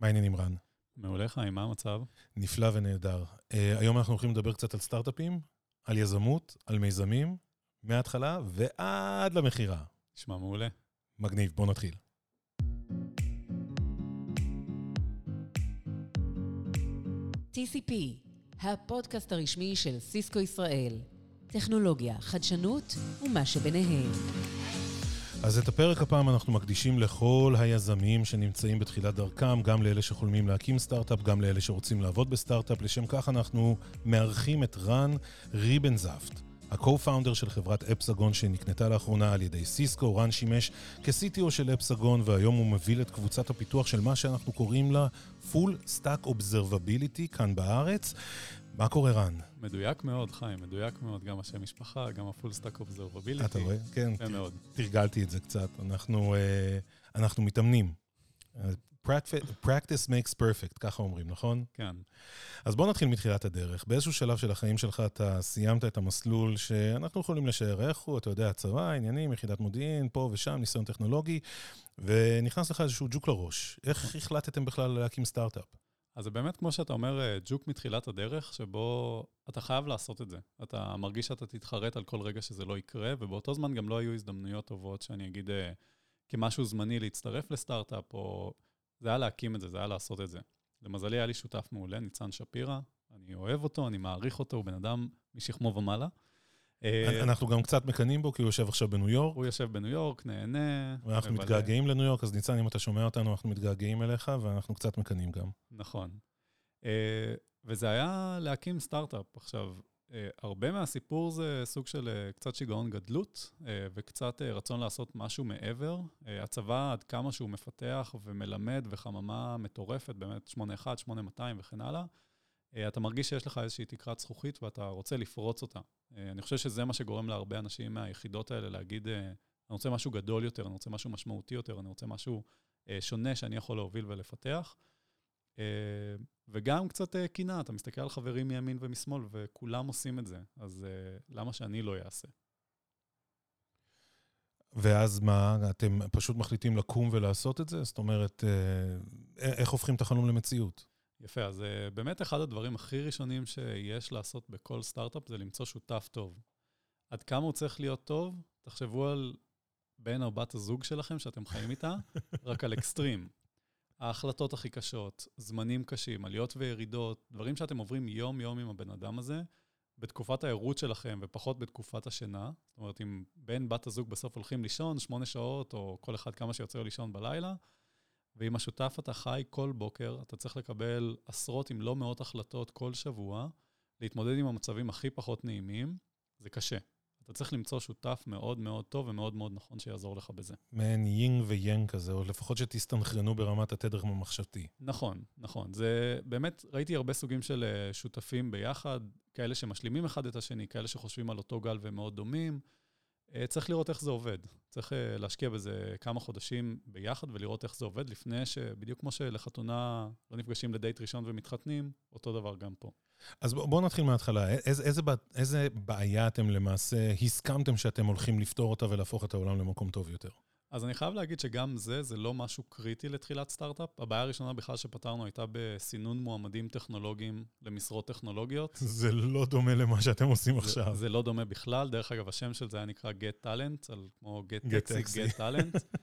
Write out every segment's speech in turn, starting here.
מה העניינים רן? מעולה חיים, מה המצב? נפלא ונהדר. היום אנחנו הולכים לדבר קצת על סטארט-אפים, על יזמות, על מיזמים, מההתחלה ועד למחירה. נשמע מעולה. מגניב, בוא נתחיל. TCP, הפודקאסט הרשמי של סיסקו ישראל. טכנולוגיה, חדשנות ומה שביניהם. אז את הפרק הפעם אנחנו מקדישים לכל היזמים שנמצאים בתחילת דרכם, גם לאלה שחולמים להקים סטארט-אפ, גם לאלה שרוצים לעבוד בסטארט-אפ. לשם כך אנחנו מארחים את רן ריבנזפט, ה-co-founder של חברת אפסגון שנקנתה לאחרונה על ידי סיסקו. רן שימש כ-CTO של אפסגון, והיום הוא מוביל את קבוצת הפיתוח של מה שאנחנו קוראים לה Full Stack Observability כאן בארץ. מה קורה רן? מדויק מאוד חיים, מדויק מאוד, גם השם משפחה, גם ה-Full Stack Observability. אתה רואה? כן, מאוד. תרגלתי את זה קצת. אנחנו מתאמנים. Practice makes perfect, ככה אומרים, נכון? כן. אז בוא נתחיל מתחילת הדרך. באיזשהו שלב של החיים שלך אתה סיימת את המסלול שאנחנו יכולים לשער איך הוא, אתה יודע, הצבא, עניינים, יחידת מודיעין, פה ושם, ניסיון טכנולוגי, ונכנס לך איזשהו ג'וק לראש. איך החלטתם בכלל להקים סטארט-אפ? אז זה באמת כמו שאתה אומר, ג'וק מתחילת הדרך, שבו אתה חייב לעשות את זה. אתה מרגיש שאתה תתחרט על כל רגע שזה לא יקרה, ובאותו זמן גם לא היו הזדמנויות טובות שאני אגיד כמשהו זמני להצטרף לסטארט-אפ, או זה היה להקים את זה, זה היה לעשות את זה. למזלי היה לי שותף מעולה, ניצן שפירא, אני אוהב אותו, אני מעריך אותו, הוא בן אדם משכמו ומעלה. אנחנו גם קצת מקנים בו, כי הוא יושב עכשיו בניו יורק. הוא יושב בניו יורק, נהנה. ואנחנו מתגעגעים לניו יורק, אז ניצן, אם אתה שומע אותנו, אנחנו מתגעגעים אליך, ואנחנו קצת מקנים גם. נכון. וזה היה להקים סטארט-אפ. עכשיו, הרבה מהסיפור זה סוג של קצת שיגעון גדלות, וקצת רצון לעשות משהו מעבר. הצבא, עד כמה שהוא מפתח ומלמד, וחממה מטורפת, באמת 81, 8200 וכן הלאה, אתה מרגיש שיש לך איזושהי תקרת זכוכית, ואתה רוצה לפרוץ אותה. אני חושב שזה מה שגורם להרבה אנשים מהיחידות האלה להגיד, אני רוצה משהו גדול יותר, אני רוצה משהו משמעותי יותר, אני רוצה משהו שונה שאני יכול להוביל ולפתח. וגם קצת קינה, אתה מסתכל על חברים מימין ומשמאל, וכולם עושים את זה, אז למה שאני לא אעשה? ואז מה, אתם פשוט מחליטים לקום ולעשות את זה? זאת אומרת, איך הופכים את החלום למציאות? יפה, אז באמת אחד הדברים הכי ראשונים שיש לעשות בכל סטארט-אפ, זה למצוא שותף טוב. עד כמה הוא צריך להיות טוב? תחשבו על בן או בת הזוג שלכם שאתם חיים איתה, רק על אקסטרים. ההחלטות הכי קשות, זמנים קשים, עליות וירידות, דברים שאתם עוברים יום-יום עם הבן אדם הזה, בתקופת העירות שלכם ופחות בתקופת השינה. זאת אומרת, אם בן בת הזוג בסוף הולכים לישון 8 שעות, או כל אחד כמה שיוצא לישון בלילה, ועם השותף אתה חי כל בוקר, אתה צריך לקבל עשרות אם לא מאות החלטות כל שבוע, להתמודד עם המצבים הכי פחות נעימים, זה קשה. אתה צריך למצוא שותף מאוד מאוד טוב ומאוד מאוד נכון שיעזור לך בזה. מעין יינג ויאנג כזה, או לפחות שתסתנכרנו ברמת התדר המחשבתי. נכון, נכון. זה באמת, ראיתי הרבה סוגים של שותפים ביחד, כאלה שמשלימים אחד את השני, כאלה שחושבים על אותו גל ומאוד דומים. צריך לראות איך זה עובד. צריך להשקיע בזה כמה חודשים ביחד ולראות איך זה עובד, לפני שבדיוק כמו שלחתונה לא נפגשים לדייט ראשון ומתחתנים, אותו דבר גם פה. אז בואו נתחיל מההתחלה. איזה בעיה אתם למעשה הסכמתם שאתם הולכים לפתור אותה ולהפוך את העולם למקום טוב יותר? אז אני חייב להגיד שגם זה לא משהו קריטי לתחילת סטארט-אפ. הבעיה הראשונה בכלל שפתרנו הייתה בסינון מועמדים טכנולוגיים למשרות טכנולוגיות. זה לא דומה למה שאתם עושים עכשיו. זה לא דומה בכלל. דרך אגב, השם של זה היה נקרא Get Talent, כמו Get Taxi, Get Talent.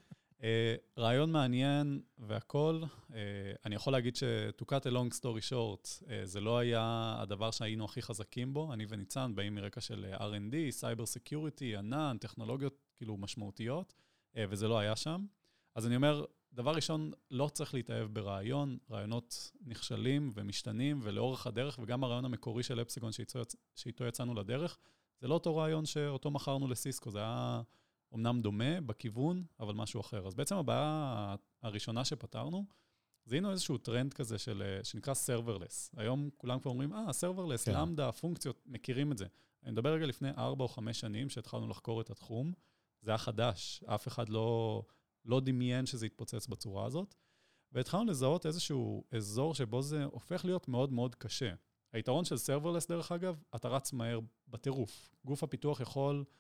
רעיון מעניין והכל. אני יכול להגיד ש-to cut a long story short, זה לא היה הדבר שהיינו הכי חזקים בו. אני וניצן באים מרקע של R&D, Cyber Security, ענן, טכנולוגיות כאילו משמעותיות. וזה לא היה שם. אז אני אומר, דבר ראשון, לא צריך להתאהב ברעיון, רעיונות נכשלים ומשתנים, ולאורך הדרך, וגם הרעיון המקורי של אפסגון שאיתו יצאנו לדרך, זה לא אותו רעיון שאותו מכרנו לסיסקו, זה היה אומנם דומה בכיוון, אבל משהו אחר. אז בעצם הבעיה הראשונה שפתרנו, זיהינו איזשהו טרנד כזה שנקרא serverless. היום כולם כבר אומרים, serverless, למדה, פונקציות, מכירים את זה. אני מדבר רגע לפני 4 או 5 שנים שהתחלנו לחקור את התחום, זה היה חדש, אף אחד לא דמיין שזה יתפוצץ בצורה הזאת, והתחלנו לזהות איזשהו אזור שבו זה הופך להיות מאוד מאוד קשה. היתרון של serverless דרך אגב, אתה רץ מהר בטירוף. גוף הפיתוח יכול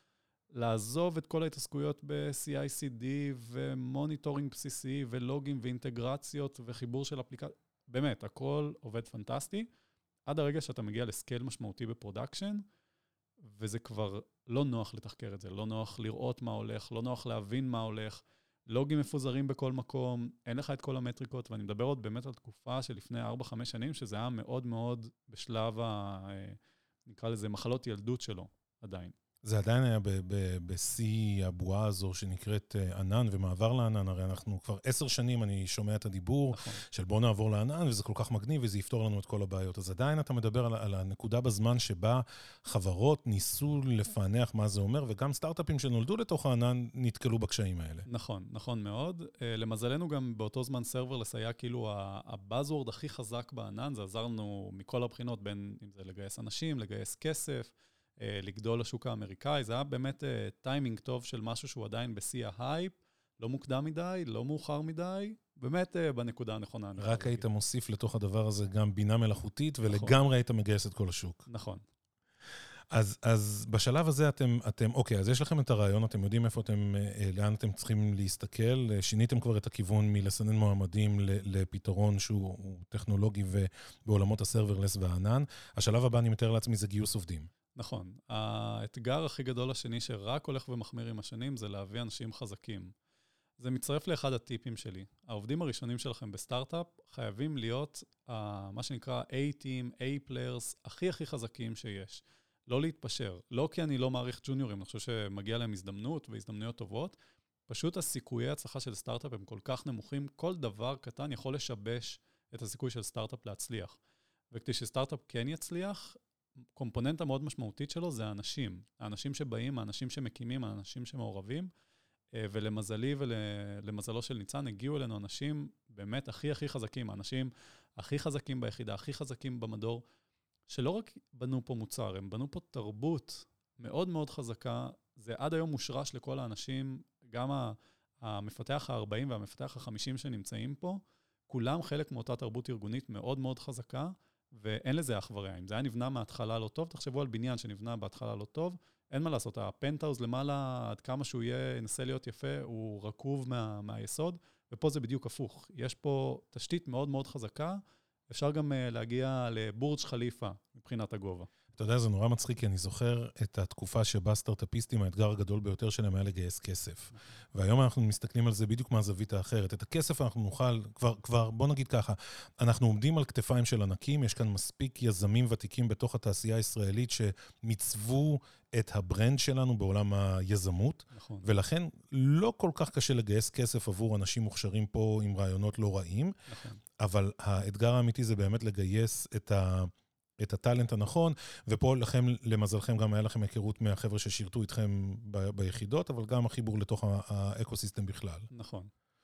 לעזוב את כל ההתעסקויות ב-CICD ומוניטורינג בסיסי ולוגים ואינטגרציות וחיבור של אפליקציה. באמת, הכל עובד פנטסטי, עד הרגע שאתה מגיע לסקייל משמעותי בפרודקשן, וזה כבר לא נוח לתחקר את זה, לא נוח לראות מה הולך, לא נוח להבין מה הולך, לוגים מפוזרים בכל מקום, אין לך את כל המטריקות, ואני מדבר עוד באמת על תקופה שלפני 4-5 שנים, שזה היה מאוד מאוד בשלב, נקרא לזה, מחלות ילדות שלו עדיין. זה עדיין היה בשיא הבועה הזו שנקראת ענן ומעבר לענן, הרי אנחנו כבר 10 שנים אני שומע את הדיבור של בוא נעבור לענן, וזה כל כך מגניב וזה יפתור לנו את כל הבעיות. אז עדיין אתה מדבר על הנקודה בזמן שבה חברות ניסו לפענח מה זה אומר, וגם סטארט-אפים שנולדו לתוך הענן נתקלו בקשיים האלה. נכון, נכון מאוד. למזלנו גם באותו זמן סרברלס היה כאילו הבאזוורד הכי חזק בענן, זה עזר לנו מכל הבחינות, בין אם זה לגייס אנשים, לגייס כסף, לגדול לשוק האמריקאי, זה היה באמת טיימינג טוב של משהו שהוא עדיין בשיא ההייפ, לא מוקדם מדי, לא מאוחר מדי, באמת בנקודה הנכונה. רק היית מוסיף לתוך הדבר הזה גם בינה מלאכותית, ולגמרי היית מגייס את כל השוק. נכון. אז בשלב הזה אתם, אוקיי, אז יש לכם את הרעיון, אתם יודעים איפה לאן אתם צריכים להסתכל, שיניתם כבר את הכיוון מלסנן מועמדים לפתרון שהוא טכנולוגי ובעולמות הסרברלס והענן. השלב הבא, אני מתאר לעצמי, זה גיוס עובדים. נכון. האתגר הכי גדול השני שרק הולך ומחמיר עם השנים, זה להביא אנשים חזקים. זה מצטרף לאחד הטיפים שלי. העובדים הראשונים שלכם בסטארט-אפ חייבים להיות מה שנקרא A-Team, A-Players, הכי חזקים שיש. לא להתפשר. לא כי אני לא מעריך ג'וניורים, אני חושב שמגיע להם הזדמנות והזדמנויות טובות. פשוט הסיכויי הצלחה של סטארט-אפ הם כל כך נמוכים, כל דבר קטן יכול לשבש את הסיכוי של סטארט-אפ להצליח. וכדי שסטארט-אפ כן יצליח, קומפוננטה מאוד משמעותית שלו זה האנשים. האנשים שבאים, האנשים שמקימים, האנשים שמעורבים, ולמזלי ולמזלו של ניצן, הגיעו אלינו אנשים באמת הכי חזקים, האנשים הכי חזקים ביחידה, הכי חזקים במדור, שלא רק בנו פה מוצר, הם בנו פה תרבות מאוד מאוד חזקה, זה עד היום מושרש לכל האנשים, גם המפתח ה-40 והמפתח ה-50 שנמצאים פה, כולם חלק מאותה תרבות ארגונית מאוד מאוד חזקה, ואין לזה אח ורע. אם זה היה נבנה מההתחלה לא טוב, תחשבו על בניין שנבנה בהתחלה לא טוב, אין מה לעשות, הפנטהאוז למעלה, עד כמה שהוא ינסה להיות יפה, הוא רכוב מהיסוד, ופה זה בדיוק הפוך. יש פה תשתית מאוד מאוד חזקה, אפשר גם להגיע לבורג' חליפה מבחינת הגובה. אתה יודע, זה נורא מצחיק, כי אני זוכר את התקופה שבה סטארט-אפיסטים, האתגר הגדול ביותר שלהם היה לגייס כסף. והיום אנחנו מסתכלים על זה בדיוק מהזווית האחרת. את הכסף אנחנו נוכל, כבר בוא נגיד ככה, אנחנו עומדים על כתפיים של ענקים, יש כאן מספיק יזמים ותיקים בתוך התעשייה הישראלית שמצוו את הברנד שלנו בעולם היזמות, נכון. ולכן לא כל כך קשה לגייס כסף עבור אנשים מוכשרים פה עם רעיונות לא רעים, נכון. אבל האתגר האמיתי זה באמת לגייס את הטלנט הנכון, ופה לכם, למזלכם, גם היה לכם היכרות מהחבר'ה ששירתו איתכם ביחידות, אבל גם החיבור לתוך האקוסיסטם בכלל. נכון.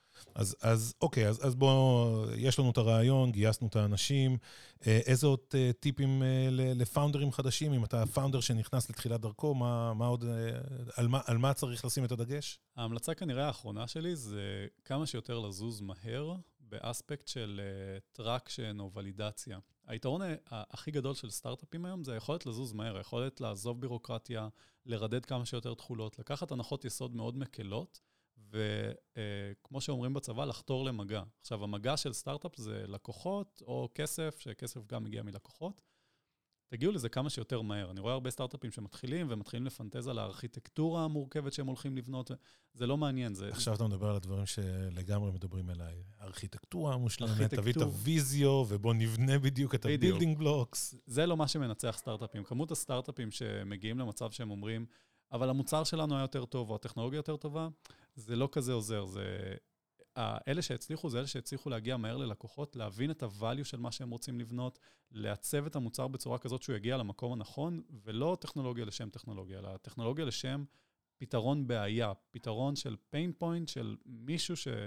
אז אוקיי, אז בואו, יש לנו את הרעיון, גייסנו את האנשים, איזה עוד טיפים לפאונדרים חדשים, אם אתה פאונדר שנכנס לתחילת דרכו, מה עוד, על מה צריך לשים את הדגש? ההמלצה כנראה האחרונה שלי זה כמה שיותר לזוז מהר, באספקט של טראקשן או ולידציה. היתרון הכי גדול של סטארט-אפים היום זה היכולת לזוז מהר, היכולת לעזוב בירוקרטיה, לרדד כמה שיותר תחולות, לקחת הנחות יסוד מאוד מקלות, וכמו שאומרים בצבא, לחתור למגע. עכשיו, המגע של סטארט-אפ זה לקוחות או כסף, שכסף גם מגיע מלקוחות. תגיעו לזה כמה שיותר מהר. אני רואה הרבה סטארט-אפים שמתחילים ומתחילים על הארכיטקטורה המורכבת שהם הולכים לבנות. זה לא מעניין. עכשיו אתה מדבר על הדברים שלגמרי מדברים אליי. הארכיטקטורה המושלמת, תביא את הוויזיו ובוא נבנה בדיוק את הבילדינג בלוקס. זה לא מה שמנצח סטארט-אפים. כמות הסטארט-אפים שמגיעים למצב שהם אומרים, אבל המוצר שלנו היה יותר טוב או הטכנולוגיה יותר טובה, זה לא כזה עוזר. אלה שהצליחו זה אלה שהצליחו להגיע מהר ללקוחות, להבין את הvalue של מה שהם רוצים לבנות, לעצב את המוצר בצורה כזאת שהוא יגיע למקום הנכון, ולא טכנולוגיה לשם טכנולוגיה, אלא טכנולוגיה לשם פתרון בעיה, פתרון של pain point של מישהו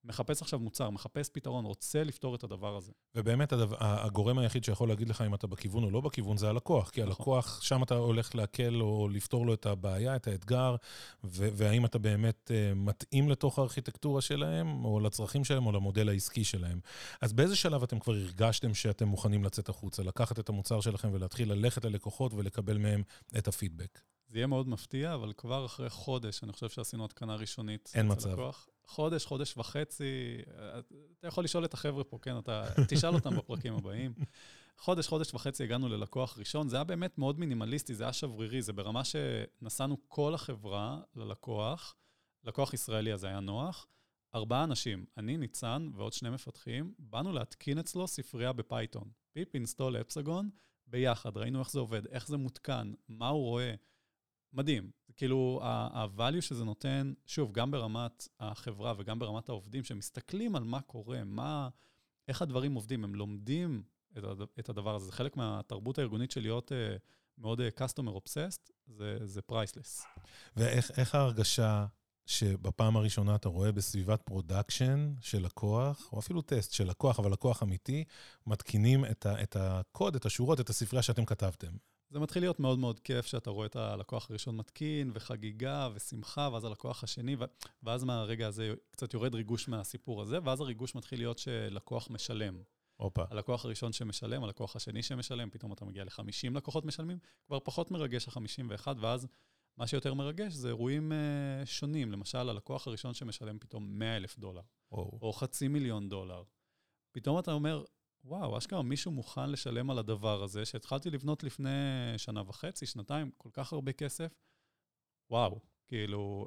מחפש עכשיו מוצר, מחפש פתרון, רוצה לפתור את הדבר הזה. ובאמת הגורם היחיד שיכול להגיד לך אם אתה בכיוון או לא בכיוון זה הלקוח, כי הלקוח, שם אתה הולך להקל או לפתור לו את הבעיה, את האתגר, והאם אתה באמת מתאים לתוך הארכיטקטורה שלהם, או לצרכים שלהם, או למודל העסקי שלהם. אז באיזה שלב אתם כבר הרגשתם שאתם מוכנים לצאת החוצה, לקחת את המוצר שלכם ולהתחיל ללכת ללקוחות ולקבל מהם את הפידבק? זה יהיה מאוד מפתיע, אבל כבר אחרי חודש, אני חושב שעשינו התקנה ראשונית. אין מצב. חודש, חודש וחצי, אתה יכול לשאול את החבר'ה פה, כן, אתה תשאל אותם בפרקים הבאים. חודש, חודש וחצי הגענו ללקוח ראשון, זה היה באמת מאוד מינימליסטי, זה היה שברירי, זה ברמה שנסענו כל החברה ללקוח, לקוח ישראלי, אז היה נוח, 4 אנשים, אני, ניצן ועוד 2 מפתחים, באנו להתקין אצלו ספרייה בפייתון, פיפ, אינסטול, אפסגון, ביחד, ראינו איך זה עובד, איך זה מותקן, מה הוא רואה, מדהים. כאילו, ה-value שזה נותן, שוב, גם ברמת החברה וגם ברמת העובדים, שמסתכלים על מה קורה, איך הדברים עובדים, הם לומדים את הדבר הזה. זה חלק מהתרבות הארגונית של להיות מאוד customer obsessed, זה priceless. ואיך ההרגשה שבפעם הראשונה אתה רואה בסביבת פרודקשן של לקוח, או אפילו טסט של לקוח, אבל לקוח אמיתי, מתקינים את הקוד, את השורות, את הספרייה שאתם כתבתם? זה מתחיל להיות מאוד מאוד כיף שאתה רואה את הלקוח הראשון מתקין, וחגיגה, ושמחה, ואז הלקוח השני, ואז מהרגע הזה קצת יורד ריגוש מהסיפור הזה, ואז הריגוש מתחיל להיות שלקוח משלם. אופה. הלקוח הראשון שמשלם, הלקוח השני שמשלם, פתאום אתה מגיע ל-50 לקוחות משלמים, כבר פחות מרגש ה-51, ואז מה שיותר מרגש זה אירועים שונים. למשל, הלקוח הראשון שמשלם פתאום $100,000, או $500,000. פתאום אתה אומר, וואו, אשכרה מישהו מוכן לשלם על הדבר הזה, שהתחלתי לבנות לפני 1.5 שנה, שנתיים, כל כך הרבה כסף. וואו, כאילו,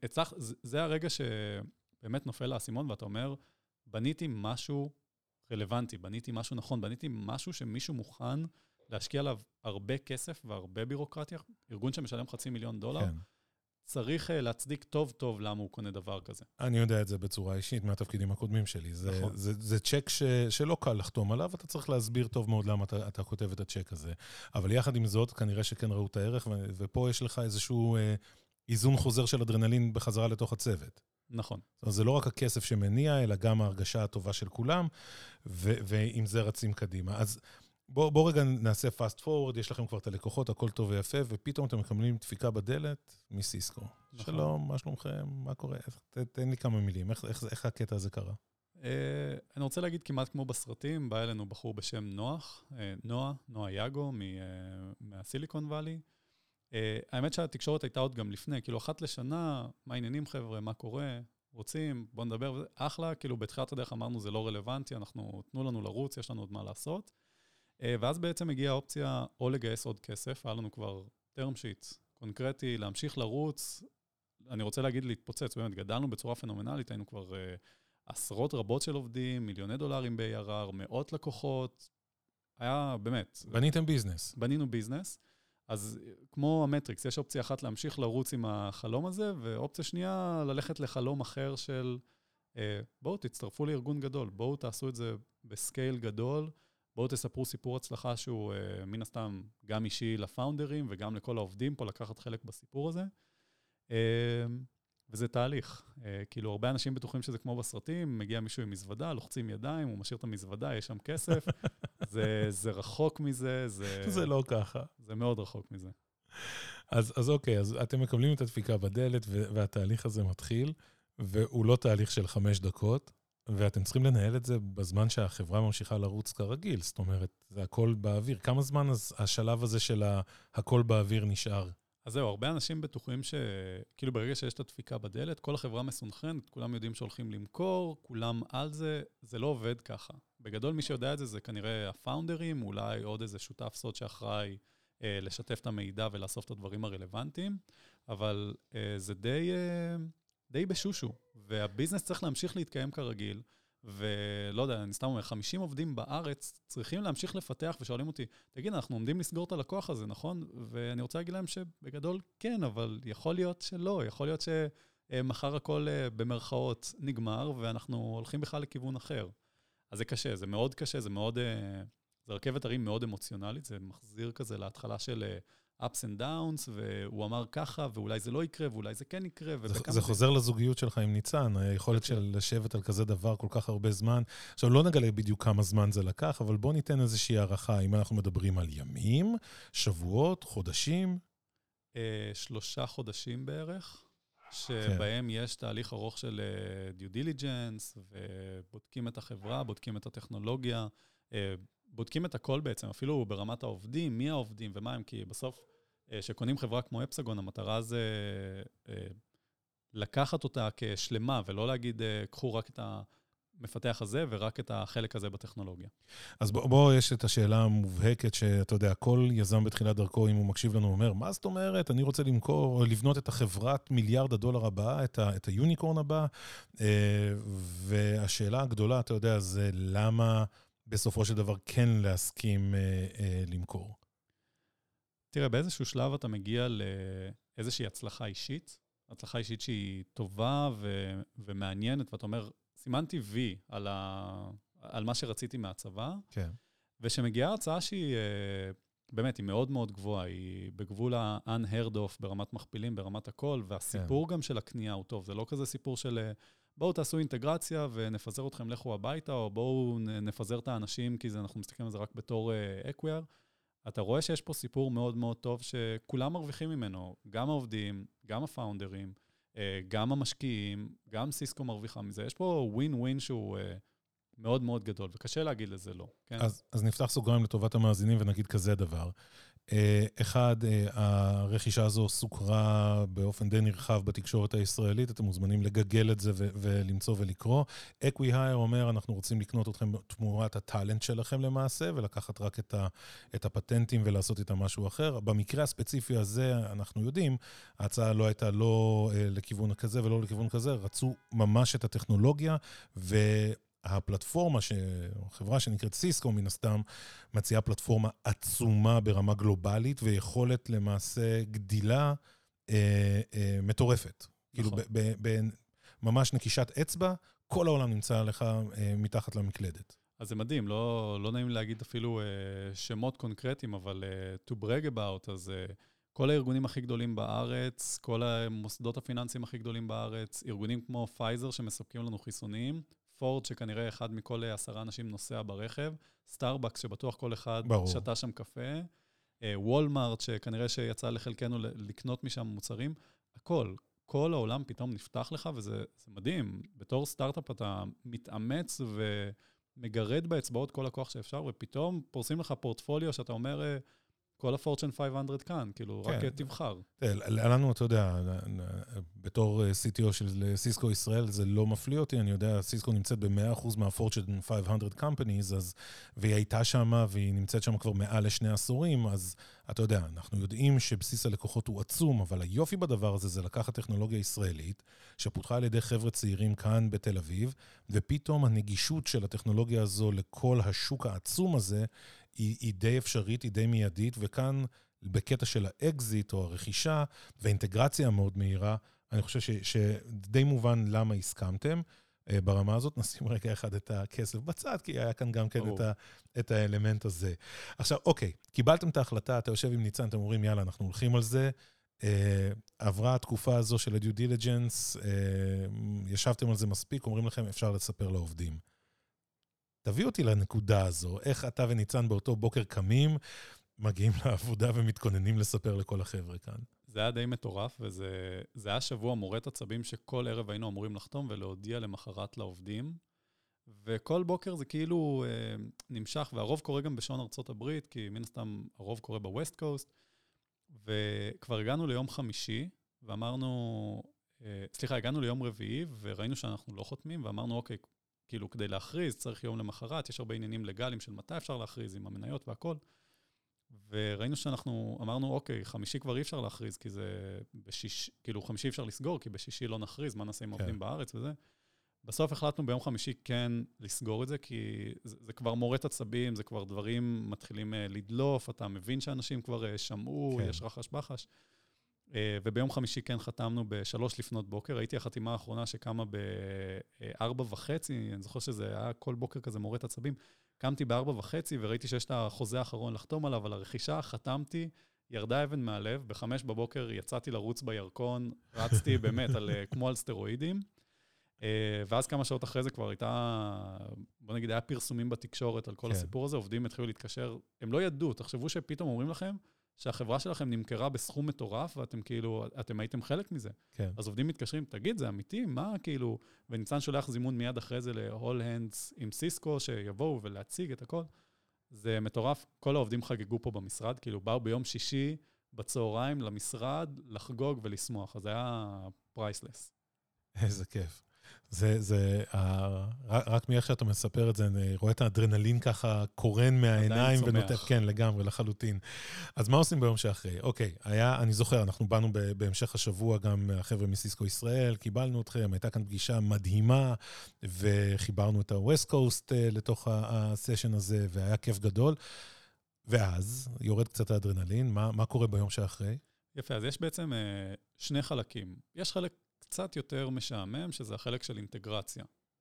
זה הרגע שבאמת נופל לאסימון, ואתה אומר, בניתי משהו רלוונטי, בניתי משהו נכון, בניתי משהו שמישהו מוכן להשקיע עליו הרבה כסף והרבה בירוקרטיה, ארגון שמשלם $500,000, כן. צריך להצדיק טוב טוב למה הוא קונה דבר כזה. אני יודע את זה בצורה אישית מהתפקידים הקודמים שלי. זה צ'ק שלא קל לחתום עליו, אתה צריך להסביר טוב מאוד למה אתה כותב את הצ'ק הזה. אבל יחד עם זאת, כנראה שכן ראו את הערך, ופה יש לך איזשהו איזון חוזר של אדרנלין בחזרה לתוך הצוות. נכון. אז זה לא רק הכסף שמניע, אלא גם ההרגשה הטובה של כולם, ועם זה רצים קדימה. אז בוא רגע נעשה fast forward, יש לכם כבר את הלקוחות, הכל טוב ויפה, ופתאום אתם מקבלים דפיקה בדלת מסיסקו. נכון. שלום, מה שלומכם? מה קורה? תן לי כמה מילים, איך הקטע הזה קרה? אני רוצה להגיד כמעט כמו בסרטים, בא אלינו בחור בשם נועה יאגו מהסיליקון ואלי. האמת שהתקשורת הייתה עוד גם לפני, כאילו אחת לשנה, מה העניינים חבר'ה, מה קורה, רוצים, בוא נדבר, אחלה, כאילו בתחילת הדרך אמרנו זה לא רלוונטי, תנו לנו לרוץ, יש לנו עוד מה לעשות. ואז בעצם הגיעה האופציה או לגייס עוד כסף, היה לנו כבר term sheet קונקרטי, להמשיך לרוץ, אני רוצה להגיד להתפוצץ, באמת גדלנו בצורה פנומנלית, היינו כבר עשרות רבות של עובדים, $1,000,000 ב-ARR, מאות לקוחות, היה באמת. בנינו ביזנס, אז כמו המטריקס, יש אופציה אחת להמשיך לרוץ עם החלום הזה, ואופציה שנייה ללכת לחלום אחר של, בואו תצטרפו לארגון גדול, בואו תעשו את זה בסקייל גדול, בואו תספרו סיפור הצלחה שהוא מן הסתם גם אישי לפאונדרים וגם לכל העובדים פה לקחת חלק בסיפור הזה. וזה תהליך. כאילו הרבה אנשים בטוחים שזה כמו בסרטים, מגיע מישהו עם מזוודה, לוחצים ידיים, הוא משאיר את המזוודה, יש שם כסף. זה רחוק מזה. זה לא ככה. זה מאוד רחוק מזה. אז אוקיי, אז אתם מקבלים את הדפיקה בדלת והתהליך הזה מתחיל, והוא לא תהליך של 5 דקות. ואתם צריכים לנהל את זה בזמן שהחברה ממשיכה לרוץ כרגיל, זאת אומרת, זה הכל באוויר. כמה זמן השלב הזה של הכל באוויר נשאר? אז זהו, הרבה אנשים בטוחים שכאילו ברגע שיש את הדפיקה בדלת, כל החברה מסונכרנת, כולם יודעים שהולכים למכור, כולם על זה, זה לא עובד ככה. בגדול מי שיודע את זה, זה כנראה הפאונדרים, אולי עוד איזה שותף סוד שאחראי לשתף את המידע ולאסוף את הדברים הרלוונטיים, אבל זה די בשושו, והביזנס צריך להמשיך להתקיים כרגיל, ולא יודע, אני סתם אומר, 50 עובדים בארץ צריכים להמשיך לפתח, ושואלים אותי, תגיד, אנחנו עומדים לסגור את הלקוח הזה, נכון? ואני רוצה להגיד להם שבגדול כן, אבל יכול להיות שלא, יכול להיות שמחר הכל במרכאות נגמר, ואנחנו הולכים בכלל לכיוון אחר. אז זה קשה, זה מאוד קשה, זה רכבת הרים מאוד אמוציונלית, זה מחזיר כזה להתחלה של ups and downs, והוא אמר ככה, ואולי זה לא יקרה, ואולי זה כן יקרה. זה חוזר לזוגיות שלך עם ניצן, היכולת של לשבת על כזה דבר כל כך הרבה זמן. עכשיו, לא נגלה בדיוק כמה זמן זה לקח, אבל בוא ניתן איזושהי הערכה, אם אנחנו מדברים על ימים, שבועות, חודשים. 3 חודשים בערך, שבהם יש תהליך ארוך של due diligence, ובודקים את החברה, בודקים את הטכנולוגיה, בודקים את הכל בעצם, אפילו ברמת העובדים, מי העובדים ומה הם, כי בסוף, שקונים חברה כמו אפסגון, המטרה זה לקחת אותה כשלמה, ולא להגיד, קחו רק את המפתח הזה, ורק את החלק הזה בטכנולוגיה. אז בוא יש את השאלה המובהקת, שאתה יודע, כל יזם בתחילת דרכו, אם הוא מקשיב לנו, אומר, מה זאת אומרת? אני רוצה למכור, או לבנות את החברת $1 מיליארד הבאה, את היוניקורן הבא, והשאלה הגדולה, אתה יודע, זה למה בסופו של דבר כן להסכים למכור. תראה, באיזשהו שלב אתה מגיע לאיזושהי הצלחה אישית, הצלחה אישית שהיא טובה ומעניינת, ואתה אומר, סימנתי וי על מה שרציתי מהצבא, כן. ושמגיעה הצעה שהיא באמת, היא מאוד מאוד גבוהה, היא בגבול ה-unheard of, ברמת מכפילים, ברמת הכל, והסיפור גם של הקנייה הוא טוב, זה לא כזה סיפור של בואו תעשו אינטגרציה ונפזר אתכם, לכו הביתה, או בואו נפזר את האנשים, כי אנחנו מסתכלים על זה רק בתור אקווייר. אתה רואה שיש פה סיפור מאוד מאוד טוב, שכולם מרוויחים ממנו, גם העובדים, גם הפאונדרים, גם המשקיעים, גם סיסקו מרוויחה מזה. יש פה ווין-ווין שהוא מאוד מאוד גדול, וקשה להגיד לזה לא. כן? אז נפתח סוגריים לטובת המאזינים ונגיד כזה דבר. אחד, הרכישה הזו סוכרה באופן די נרחב בתקשורת הישראלית, אתם מוזמנים לגגל את זה ולמצוא ולקרוא. אקווי-הייר אומר, אנחנו רוצים לקנות אתכם תמורת הטלנט שלכם למעשה, ולקחת רק את הפטנטים ולעשות איתם משהו אחר. במקרה הספציפי הזה, אנחנו יודעים, ההצעה לא הייתה לא לכיוון כזה ולא לכיוון כזה, רצו ממש את הטכנולוגיה, הפלטפורמה, חברה שנקראת סיסקו מן הסתם, מציעה פלטפורמה עצומה ברמה גלובלית, ויכולת למעשה גדילה מטורפת. נכון. כאילו ממש נקישת אצבע, כל העולם נמצא לך מתחת למקלדת. אז זה מדהים, לא נעים להגיד אפילו שמות קונקרטיים, אבל to brag about, אז כל הארגונים הכי גדולים בארץ, כל המוסדות הפיננסיים הכי גדולים בארץ, ארגונים כמו פייזר שמספקים לנו חיסונים, פורד, שכנראה אחד מכל 10 אנשים נוסע ברכב, סטארבקס, שבטוח כל אחד שתה שם קפה, וולמארט, שכנראה שיצא לחלקנו לקנות משם מוצרים, הכל, כל העולם פתאום נפתח לך, וזה מדהים. בתור סטארט-אפ אתה מתאמץ ומגרד באצבעות כל הכוח שאפשר, ופתאום פורסים לך פורטפוליו שאתה אומר, כל הפורצ'ן 500 כאן, כאילו, רק תבחר. לנו, אתה יודע, בתור CTO של סיסקו ישראל, זה לא מפליא אותי, אני יודע, סיסקו נמצאת ב-100% מהפורצ'ן 500 companies, והיא הייתה שם, והיא נמצאת שם כבר מעל ל2 עשורים, אז אתה יודע, אנחנו יודעים שבסיס הלקוחות הוא עצום, אבל היופי בדבר הזה זה לקחת טכנולוגיה ישראלית, שפותחה על ידי חבר'ה צעירים כאן בתל אביב, ופתאום הנגישות של הטכנולוגיה הזו לכל השוק העצום הזה, היא די אפשרית, היא די מיידית, וכאן בקטע של האקזיט או הרכישה והאינטגרציה המאוד מהירה, אני חושב שדי מובן למה הסכמתם ברמה הזאת. נשים רגע אחד את הכסף בצד, כי היה כאן גם כן את האלמנט הזה. עכשיו, אוקיי, קיבלתם את ההחלטה, אתה יושב עם ניצן, אתם אומרים, יאללה, אנחנו הולכים על זה, עברה התקופה הזו של ה-due diligence, ישבתם על זה מספיק, אומרים לכם, אפשר לספר לעובדים. תביא אותי לנקודה הזו, איך אתה וניצן באותו בוקר קמים, מגיעים לעבודה ומתכוננים לספר לכל החבר'ה כאן. זה היה די מטורף, וזה היה שבוע מורת עצבים שכל ערב היינו אמורים לחתום ולהודיע למחרת לעובדים, וכל בוקר זה כאילו נמשך, והרוב קורה גם בשעון ארצות הברית, כי מן הסתם הרוב קורה בווסט קוסט, וכבר הגענו ליום חמישי, ואמרנו, הגענו ליום רביעי, וראינו שאנחנו לא חותמים, ואמרנו, אוקיי, כאילו כדי להכריז, צריך יום למחרת, יש הרבה עניינים לגליים של מתי אפשר להכריז עם המניות והכל, וראינו שאנחנו אמרנו, אוקיי, חמישי כבר אי אפשר להכריז, כי זה כאילו חמישי אפשר לסגור, כי בשישי לא נכריז, מה נעשה עם עובדים בארץ וזה. בסוף החלטנו ביום חמישי כן לסגור את זה, כי זה כבר מורת עצבים, זה כבר דברים מתחילים לדלוף, אתה מבין שאנשים כבר שמעו, יש רחש בחש. וביום חמישי כן חתמנו ב3 לפנות בוקר, ראיתי החתימה האחרונה שקמה ב4:30, אני זוכר שזה היה כל בוקר כזה מורת עצבים, קמתי ב4:30 וראיתי שיש את החוזה האחרון לחתום עליו, על הרכישה, חתמתי, ירדה אבן מהלב, ב5 בבוקר יצאתי לרוץ בירקון, רצתי באמת כמו על סטרואידים, ואז כמה שעות אחרי זה כבר הייתה, בוא נגיד, היה פרסומים בתקשורת על כל הסיפור הזה, עובדים התחילו להתקשר, הם לא ידעו, תחשבו שפתאום אומרים לכם, שהחברה שלכם נמכרה בסכום מטורף, ואתם כאילו, אתם הייתם חלק מזה. כן. אז עובדים מתקשרים, תגיד, זה אמיתי? מה כאילו? וניצן שולח זימון מיד אחרי זה ל-all hands עם סיסקו, שיבואו ולהציג את הכל. זה מטורף, כל העובדים חגגו פה במשרד, כאילו באו ביום שישי בצהריים למשרד, לחגוג ולשמוח, אז זה היה פרייסלס. איזה כיף. רק מאיך שאתה מספר את זה, אני רואה את האדרנלין ככה קורן מהעיניים ונוטף, כן, לגמרי, לחלוטין. אז מה עושים ביום שאחרי? אוקיי, אני זוכר, אנחנו באנו בהמשך השבוע גם החבר'ה מסיסקו ישראל, קיבלנו אתכם, הייתה כאן פגישה מדהימה, וחיברנו את ה-West Coast לתוך הסשן הזה, והיה כיף גדול. ואז יורד קצת האדרנלין, מה קורה ביום שאחרי? יפה, אז יש בעצם שני חלקים. יש חלק קצת יותר משעמם, שזה החלק של אינטגרציה.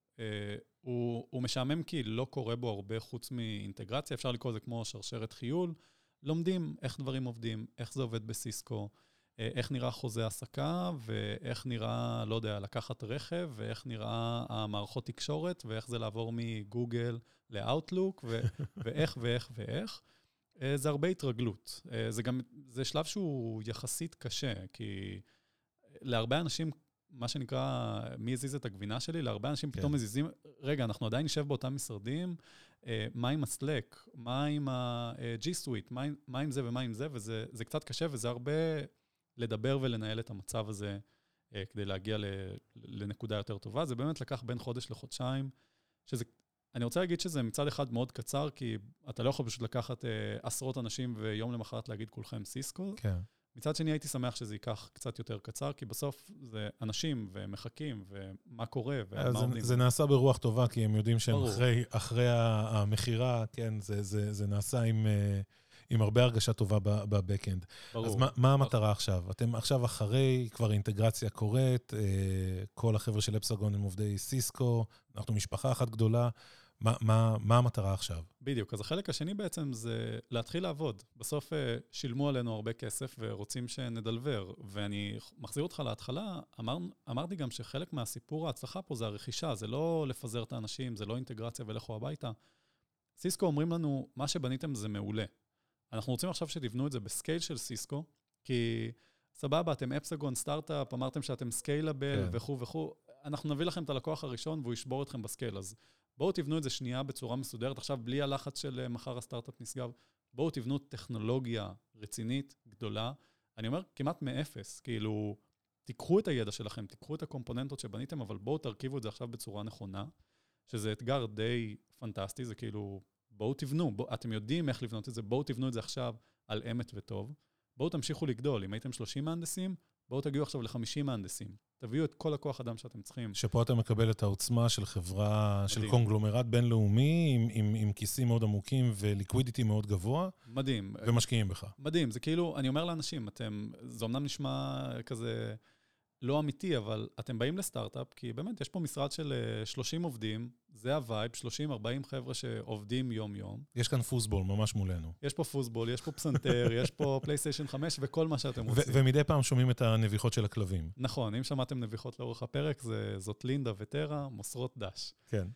הוא משעמם כי לא קורה בו הרבה חוץ מאינטגרציה, אפשר לקרוא זה כמו שרשרת חיול, לומדים איך דברים עובדים, איך זה עובד בסיסקו, איך נראה חוזה עסקה, ואיך נראה, לא יודע, לקחת רכב, ואיך נראה המערכות תקשורת, ואיך זה לעבור מגוגל לאוטלוק, ואיך ואיך ואיך. זה הרבה התרגלות. זה שלב שהוא יחסית קשה, כי להרבה אנשים, מה שנקרא, מי הזיז את הגבינה שלי, להרבה אנשים פתאום מזיזים, רגע, אנחנו עדיין נשב באותם משרדים, מה עם הסלק, מה עם ה-G Suite, מה עם זה ומה עם זה, וזה קצת קשה, וזה הרבה לדבר ולנהל את המצב הזה, כדי להגיע לנקודה יותר טובה. זה באמת לקח בין חודש לחודשיים, אני רוצה להגיד שזה מצד אחד מאוד קצר, כי אתה לא יכול פשוט לקחת עשרות אנשים ויום למחרת להגיד כולכם סיסקו. כן. מצד שני הייתי שמח שזה ייקח קצת יותר קצר, כי בסוף זה אנשים ומחכים ומה קורה ומה עומדים. זה נעשה ברוח טובה, כי הם יודעים שהם אחרי המחירה, כן, זה נעשה עם הרבה הרגשה טובה בבקאנד. אז מה המטרה עכשיו? אתם עכשיו אחרי, כבר אינטגרציה קורית, כל החבר'ה של אפסגון הם עובדי סיסקו, אנחנו משפחה אחת גדולה, מה המטרה עכשיו? בדיוק, אז החלק השני בעצם זה להתחיל לעבוד. בסוף שילמו עלינו הרבה כסף ורוצים שנדלבר, ואני מחזיר אותך להתחלה, אמרתי גם שחלק מהסיפור ההצלחה פה זה הרכישה, זה לא לפזר את האנשים, זה לא אינטגרציה ולכו הביתה. סיסקו אומרים לנו, מה שבניתם זה מעולה. אנחנו רוצים עכשיו שתבנו את זה בסקייל של סיסקו, כי סבבה, אתם אפסגון סטארט-אפ, אמרתם שאתם סקיילבל וכו' וכו', אנחנו נביא לכם את הלקוח הראשון והוא ישבור אתכם בסקייל, אז בואו תבנו את זה שנייה בצורה מסודרת, עכשיו בלי הלחץ של מחר הסטארט-אפ נסגר, בואו תבנו טכנולוגיה רצינית, גדולה, אני אומר כמעט מאפס, כאילו, תיקחו את הידע שלכם, תיקחו את הקומפוננטות שבניתם, אבל בואו תרכיבו את זה עכשיו בצורה נכונה, שזה אתגר די פנטסטי, זה כאילו, בואו תבנו, אתם יודעים איך לבנות את זה, בואו תבנו את זה עכשיו על אמת וטוב, בואו תמשיכו לגדול, אם הייתם 30 מהנדסים, בואו תגיעו עכשיו ל50 מהנדסים. תביאו את כל הכוח אדם שאתם צריכים. שפה אתה מקבל את העוצמה של חברה, של קונגלומרט בינלאומי, עם כיסים מאוד עמוקים וליקווידיטי מאוד גבוה. מדהים. ומשקיעים בך. מדהים. זה כאילו, אני אומר לאנשים, זה אמנם נשמע כזה לא אמיתי, אבל אתם באים לסטארט-אפ, כי באמת יש פה משרד של 30 עובדים, זה הווייב, 30-40 חבר'ה שעובדים יום-יום. יש כאן פוסבול ממש מולנו. יש פה פוסבול, יש פה פסנתר, יש פה פלייסטיישן 5 וכל מה שאתם רוצים. ומדי פעם שומעים את הנביחות של הכלבים. נכון, אם שמעתם נביחות לאורך הפרק, זאת לינדה וטרה, מוסרות דש. כן.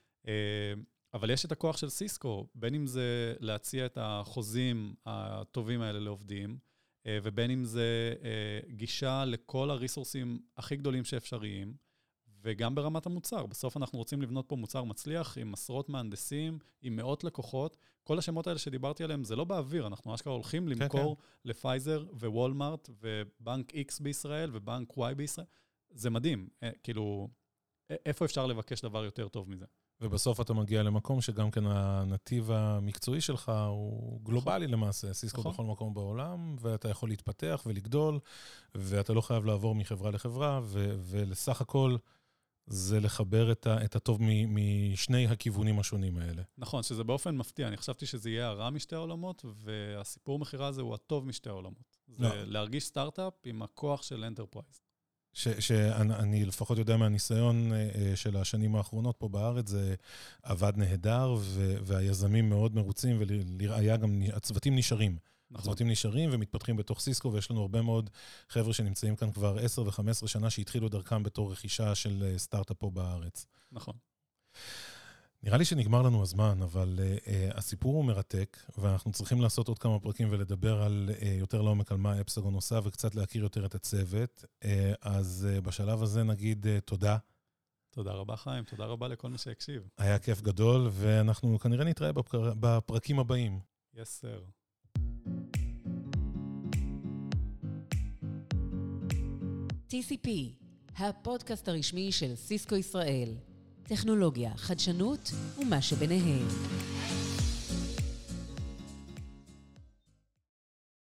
אבל יש את הכוח של סיסקו, בין אם זה להציע את החוזים הטובים האלה לעובדים, ובין אם זה גישה לכל הריסורסים הכי גדולים שאפשריים, וגם ברמת המוצר. בסוף אנחנו רוצים לבנות פה מוצר מצליח עם עשרות מהנדסים, עם מאות לקוחות. כל השמות האלה שדיברתי עליהם, זה לא באוויר. אנחנו אשכרה הולכים למכור לפייזר ווולמארט ובנק X בישראל ובנק Y בישראל. זה מדהים. כאילו, איפה אפשר לבקש דבר יותר טוב מזה? ובסוף אתה מגיע למקום שגם כן הנתיב המקצועי שלך הוא גלובלי למעשה, סיסקו בכל מקום בעולם, ואתה יכול להתפתח ולגדול, ואתה לא חייב לעבור מחברה לחברה, ולסך הכל זה לחבר את הטוב משני הכיוונים השונים האלה. נכון, שזה באופן מפתיע, אני חשבתי שזה יהיה הרע משתי העולמות, והסיפור מחירה הזה הוא הטוב משתי העולמות. זה להרגיש סטארט-אפ עם הכוח של אנטרפרייז. שאני לפחות יודע מהניסיון של השנים האחרונות פה בארץ, זה עבד נהדר, והיזמים מאוד מרוצים, ולראיה גם הצוותים נשארים הצוותים נשארים ומתפתחים בתוך סיסקו, ויש לנו הרבה מאוד חבר'ה שנמצאים כאן כבר 10 ו-15 שנה, שהתחילו דרכם בתור רכישה של סטארט-אפ פה בארץ. נכון. נראה לי שנגמר לנו הזמן, אבל הסיפור הוא מרתק, ואנחנו צריכים לעשות עוד כמה פרקים ולדבר על יותר לעומק על מה אפסגון עושה, וקצת להכיר יותר את הצוות. אז בשלב הזה נגיד תודה. תודה רבה חיים, תודה רבה לכל מי שהקשיב. היה כיף גדול, ואנחנו כנראה נתראה בפרקים הבאים. Yes, sir. TCP, הפודקאסט הרשמי של סיסקו ישראל. טכנולוגיה, חדשנות ומה שביניהם.